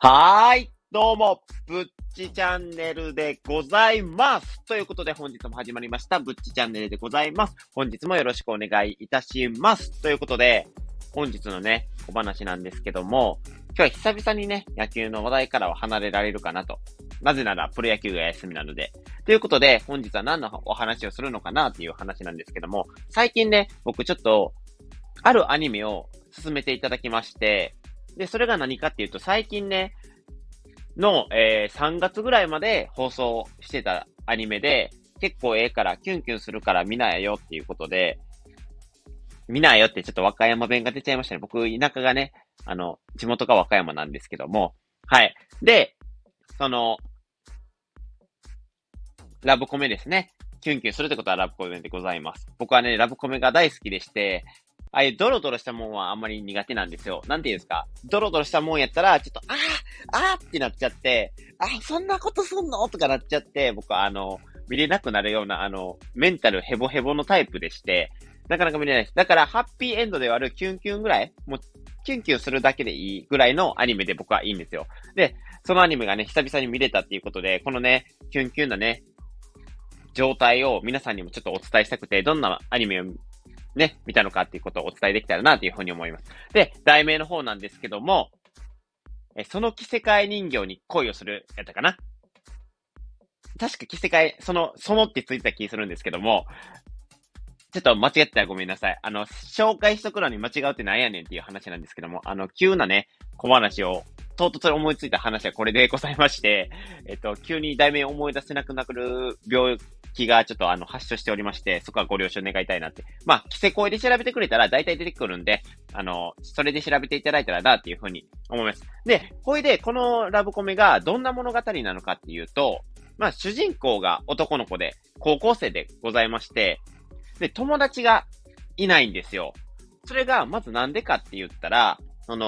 はーい、どうも、ぶっちチャンネルでございます。ということで本日も始まりました、ぶっちチャンネルでございます。本日もよろしくお願いいたします。ということで、本日のね、お話なんですけども、今日は久々にね、野球の話題からは離れられるかなと。なぜなら、プロ野球が休みなので。ということで、本日は何のお話をするのかなっていう話なんですけども、最近ね、僕ちょっと、あるアニメを進めていただきまして、で、それが何かっていうと、最近ね、3月ぐらいまで放送してたアニメで、結構ええからキュンキュンするから見なよっていうことで、見なよってちょっと和歌山弁が出ちゃいましたね。僕、田舎がね、地元が和歌山なんですけども、はい。で、その、ラブコメですね。キュンキュンするってことはラブコメでございます。僕はね、ラブコメが大好きでして、ああいうドロドロしたもんはあんまり苦手なんですよ。なんていうんですか。ドロドロしたもんやったら、ちょっと、ってなっちゃって、そんなことすんのとかなっちゃって、僕は見れなくなるような、メンタルヘボヘボのタイプでして、なかなか見れないです。だから、ハッピーエンドではあるキュンキュンぐらい、もう、キュンキュンするだけでいいぐらいのアニメで僕はいいんですよ。で、そのアニメがね、久々に見れたっていうことで、このね、キュンキュンなね、状態を皆さんにもちょっとお伝えしたくて、どんなアニメをね、見たのかっていうことをお伝えできたらなというふうに思います。で、題名の方なんですけども、その着せ替え人形に恋をするやったかな。確か着せ替え、そのってついた気するんですけども、ちょっと間違ってたらごめんなさい。紹介しとくのに間違うってなんやねんっていう話なんですけども、急なね、小話を、唐突に思いついた話はこれでございまして、急に題名を思い出せなくなる病気がちょっと発症しておりまして、そこはご了承願いたいなって。まあ、着せ声で調べてくれたら大体出てくるんで、それで調べていただいたらなっていうふうに思います。で、ほいで、このラブコメがどんな物語なのかっていうと、まあ、主人公が男の子で、高校生でございまして、で、友達がいないんですよ。それが、まずなんでかって言ったら、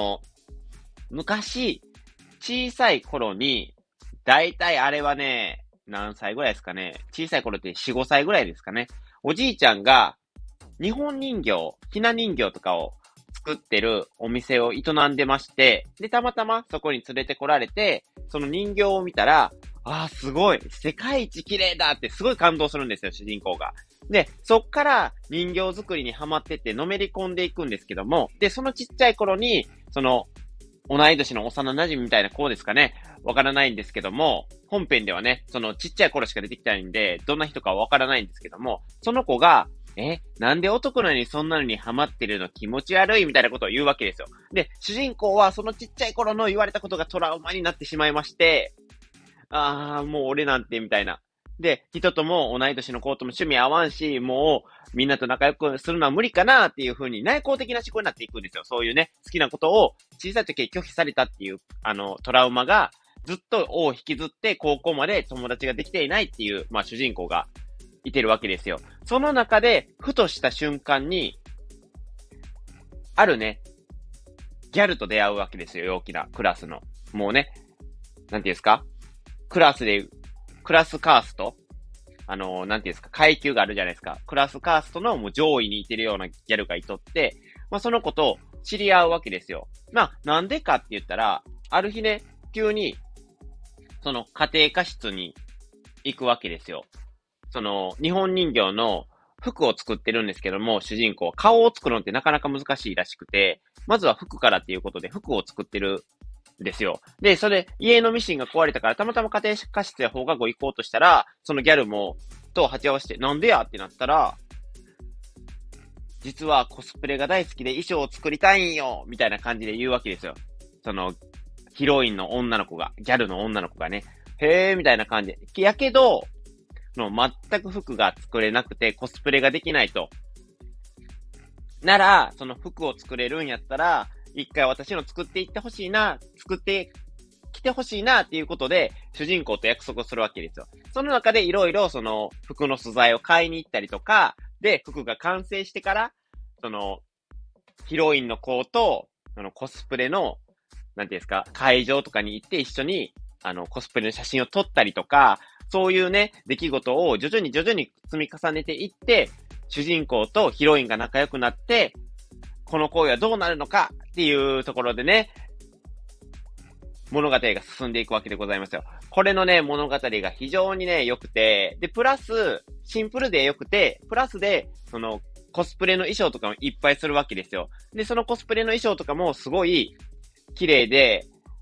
昔、小さい頃に、だいたいあれはね、何歳ぐらいですかね。小さい頃って4、5歳ぐらいですかね。おじいちゃんが、日本人形、ひな人形とかを作ってるお店を営んでまして、で、たまたまそこに連れてこられて、その人形を見たら、すごい、世界一綺麗だってすごい感動するんですよ、主人公が。で、そっから人形作りにハマってってのめり込んでいくんですけども、で、そのちっちゃい頃に、同い年の幼馴染みたいな子ですかね。わからないんですけども、本編ではね、そのちっちゃい頃しか出てきてないんで、どんな人かわからないんですけども、その子が、なんで男なのにそんなのにハマってるの気持ち悪いみたいなことを言うわけですよ。で、主人公はそのちっちゃい頃の言われたことがトラウマになってしまいまして、もう俺なんてみたいな。で、人とも同い年の子とも趣味合わんし、もうみんなと仲良くするのは無理かなっていう風に内向的な思考になっていくんですよ。そういうね、好きなことを小さい時拒否されたっていう、トラウマがずっと尾を引きずって高校まで友達ができていないっていう、まあ主人公がいてるわけですよ。その中で、ふとした瞬間に、あるね、ギャルと出会うわけですよ。大きなクラスの。もうね、なんていうんですかクラスカーストなんていうんですか、階級があるじゃないですか。クラスカーストのもう上位にいてるようなギャルがいとって、まあその子と知り合うわけですよ。まあなんでかって言ったら、ある日ね、急に、その家庭科室に行くわけですよ。日本人形の服を作ってるんですけども、主人公、顔を作るのってなかなか難しいらしくて、まずは服からっていうことで服を作ってるですよ。で、家のミシンが壊れたから、たまたま家庭科室や放課後行こうとしたら、そのギャルと鉢合わせて、なんでやってなったら、実はコスプレが大好きで衣装を作りたいんよみたいな感じで言うわけですよ。ヒロインの女の子が、ギャルの女の子がね、へーみたいな感じで。やけど、全く服が作れなくてコスプレができないと。なら、その服を作れるんやったら、一回私の作ってきてほしいなっていうことで、主人公と約束をするわけですよ。その中でいろいろ服の素材を買いに行ったりとか、で、服が完成してから、ヒロインの子と、コスプレの、なんていうんですか、会場とかに行って一緒に、コスプレの写真を撮ったりとか、そういうね、出来事を徐々に積み重ねていって、主人公とヒロインが仲良くなって、この行為はどうなるのかっていうところでね、 物語が進んでいくわけでございますよ。これのね、物語が非常にね、良くて、で、プラス、シンプルで良くて、プラスで、コスプレの衣装とかもいっぱいするわけですよ。で、そのコスプレの衣装とかもすごい綺麗で、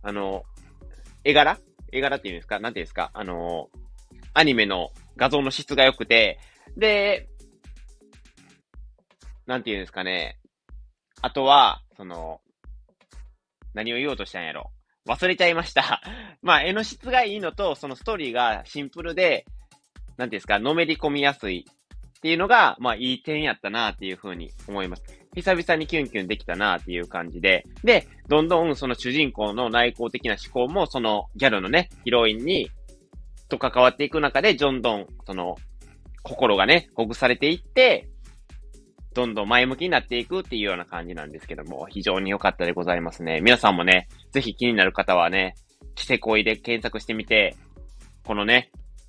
絵柄っていうんですかなんていうんですかアニメの画像の質が良くて、で、なんていうんですかね。あとは、何を言おうとしたんやろ。忘れちゃいました。まあ、絵の質がいいのと、そのストーリーがシンプルで、なんていうんですか、のめり込みやすいっていうのが、まあ、いい点やったなっていうふうに思います。久々にキュンキュンできたなっていう感じで、で、どんどんその主人公の内向的な思考も、そのギャルのね、ヒロインと関わっていく中で、どんどん、心がね、ほぐされていって、どんどん前向きになっていくっていうような感じなんですけども、非常に良かったでございますね。皆さんもね、ぜひ気になる方はね、キセ恋で検索してみて、このね、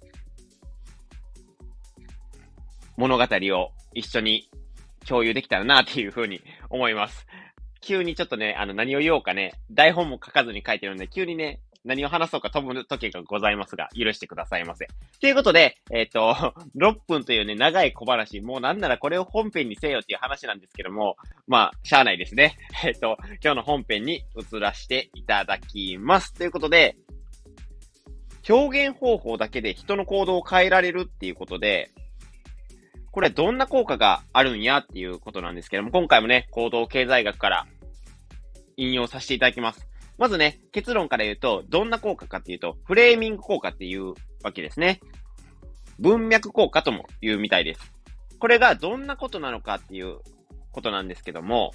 物語を一緒に共有できたらなっていうふうに思います。急にちょっとね、何を言おうかね、台本も書かずに書いてるんで、急にね、何を話そうか飛ぶ時がございますが、許してくださいませ。ということで、6分というね、長い小話、もうなんならこれを本編にせよっていう話なんですけども、まあ、しゃあないですね。今日の本編に移らせていただきます。ということで、表現方法だけで人の行動を変えられるっていうことで、これはどんな効果があるんやっていうことなんですけども、今回もね、行動経済学から引用させていただきます。まずね、結論から言うと、どんな効果かっていうと、フレーミング効果っていうわけですね。文脈効果とも言うみたいです。これがどんなことなのかっていうことなんですけども、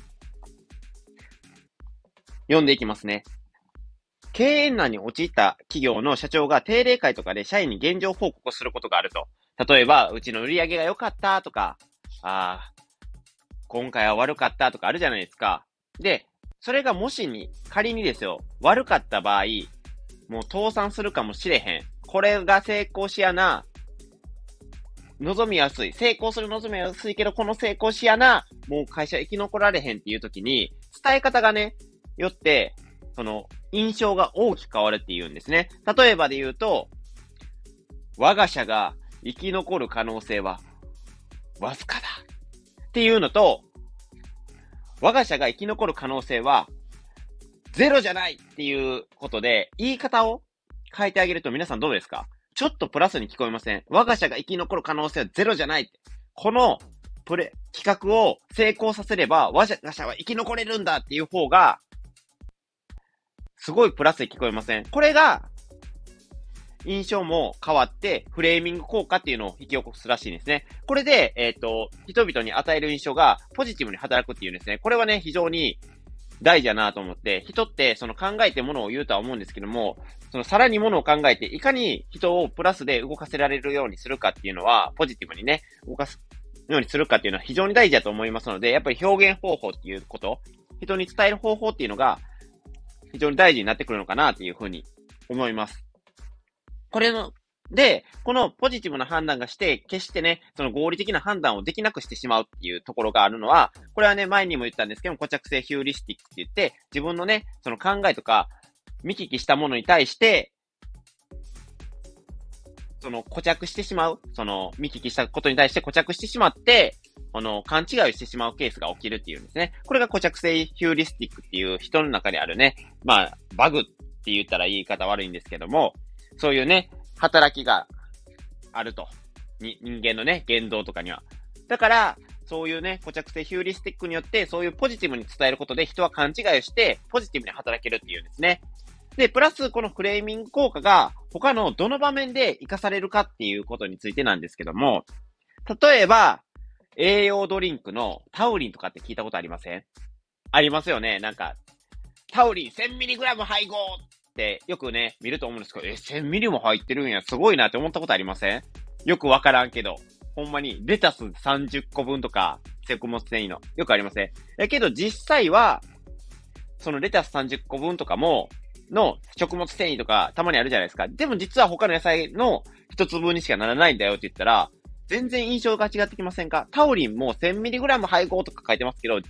読んでいきますね。経営難に陥った企業の社長が定例会とかで社員に現状報告をすることがあると。例えば、うちの売り上げが良かったとか、今回は悪かったとかあるじゃないですか。で、それがもし仮にですよ、悪かった場合、もう倒産するかもしれへん。これが成功しやな、望みやすい。成功する望みやすいけど、この成功しやな、もう会社生き残られへんっていう時に、伝え方がね、よって、印象が大きく変わるっていうんですね。例えばで言うと、我が社が生き残る可能性は、わずかだ。っていうのと、我が社が生き残る可能性は、ゼロじゃないっていうことで、言い方を変えてあげると皆さんどうですか？ちょっとプラスに聞こえません？我が社が生き残る可能性はゼロじゃないって。この企画を成功させれば、我が社は生き残れるんだっていう方が、すごいプラスに聞こえません？これが、印象も変わって、フレーミング効果っていうのを引き起こすらしいんですね。これで、人々に与える印象がポジティブに働くっていうんですね。これはね、非常に大事だなと思って、人って考えてものを言うとは思うんですけども、さらにものを考えて、いかに人をプラスで動かせられるようにするかっていうのは、ポジティブにね、動かすようにするかっていうのは非常に大事だと思いますので、やっぱり表現方法っていうこと、人に伝える方法っていうのが、非常に大事になってくるのかなっていうふうに思います。このポジティブな判断がして、決してね、合理的な判断をできなくしてしまうっていうところがあるのは、これはね、前にも言ったんですけども、固着性ヒューリスティックって言って、自分のね、考えとか、見聞きしたものに対して、固着してしまう、見聞きしたことに対して固着してしまって、勘違いをしてしまうケースが起きるっていうんですね。これが固着性ヒューリスティックっていう人の中にあるね、まあ、バグって言ったら言い方悪いんですけども、そういうね、働きがあると。人間のね、言動とかには。だから、そういうね、固着性ヒューリスティックによって、そういうポジティブに伝えることで人は勘違いをして、ポジティブに働けるっていうんですね。で、プラス、このフレーミング効果が、他のどの場面で活かされるかっていうことについてなんですけども、例えば、栄養ドリンクのタウリンとかって聞いたことありません？ありますよね。なんか、タウリン 1000mg 配合ってよくね、見ると思うんですけど、1000mg も入ってるんや、すごいなって思ったことありません？よくわからんけど、ほんまにレタス30個分とか、食物繊維の、よくありません？だけど実際は、そのレタス30個分とかの食物繊維とかたまにあるじゃないですか。でも実は他の野菜の一粒にしかならないんだよって言ったら、全然印象が違ってきませんか？タウリンも 1000mg 配合とか書いてますけど、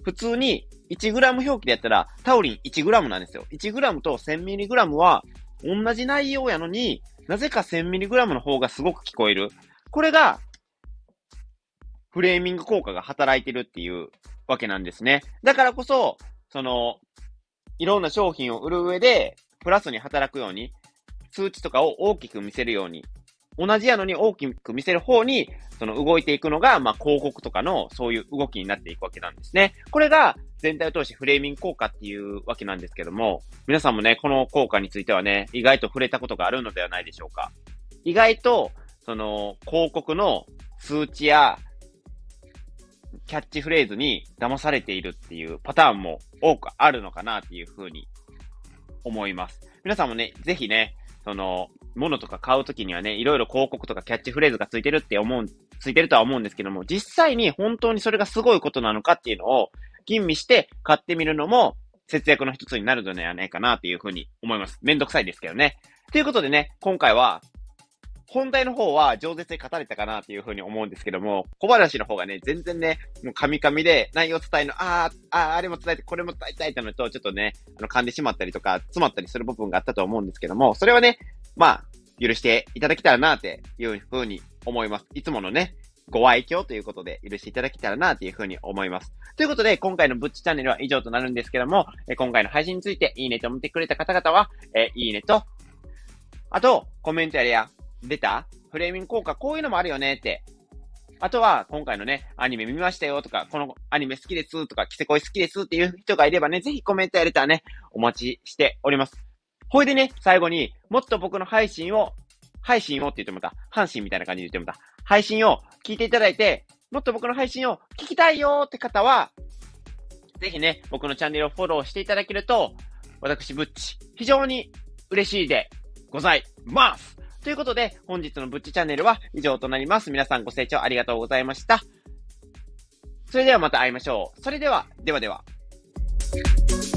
普通に 1g 表記でやったら、タウリン 1g なんですよ。1g と 1000mg は同じ内容やのに、なぜか 1000mg の方がすごく聞こえる。これが、フレーミング効果が働いてるっていうわけなんですね。だからこそ、いろんな商品を売る上で、プラスに働くように、数値とかを大きく見せるように、同じやのに大きく見せる方に、動いていくのが、広告とかのそういう動きになっていくわけなんですね。これが全体を通してフレーミング効果っていうわけなんですけども、皆さんもね、この効果についてはね、意外と触れたことがあるのではないでしょうか。意外と、広告の数値やキャッチフレーズに騙されているっていうパターンも多くあるのかなっていうふうに思います。皆さんもね、ぜひね、物とか買うときにはね、いろいろ広告とかキャッチフレーズがついてるとは思うんですけども、実際に本当にそれがすごいことなのかっていうのを吟味して買ってみるのも節約の一つになるのではないかなっていうふうに思います。めんどくさいですけどね。ということでね、今回は本題の方は饒舌に語れたかなっていうふうに思うんですけども、小話の方がね、全然ね、もう噛み噛みで内容伝えるの、あれも伝えて、これも伝えたいってのと、ちょっとね、噛んでしまったりとか、詰まったりする部分があったと思うんですけども、それはね、許していただけたらなっていうふうに思います。いつものね、ご愛嬌ということで許していただけたらなっていうふうに思います。ということで、今回のブッチチャンネルは以上となるんですけども、今回の配信についていいねと思ってくれた方々は、いいねと、あと、コメントやレター、フレーミング効果、こういうのもあるよねって。あとは、今回のね、アニメ見ましたよとか、このアニメ好きですとか、キセ恋好きですっていう人がいればね、ぜひコメントやレターね、お待ちしております。ほいでね、最後にもっと僕の配信をって言ってもらった。阪神みたいな感じで言ってもらった。配信を聞いていただいて、もっと僕の配信を聞きたいよーって方は、ぜひね、僕のチャンネルをフォローしていただけると、私、ブッチ、非常に嬉しいでございます。ということで、本日のブッチチャンネルは以上となります。皆さんご清聴ありがとうございました。それではまた会いましょう。それでは、では。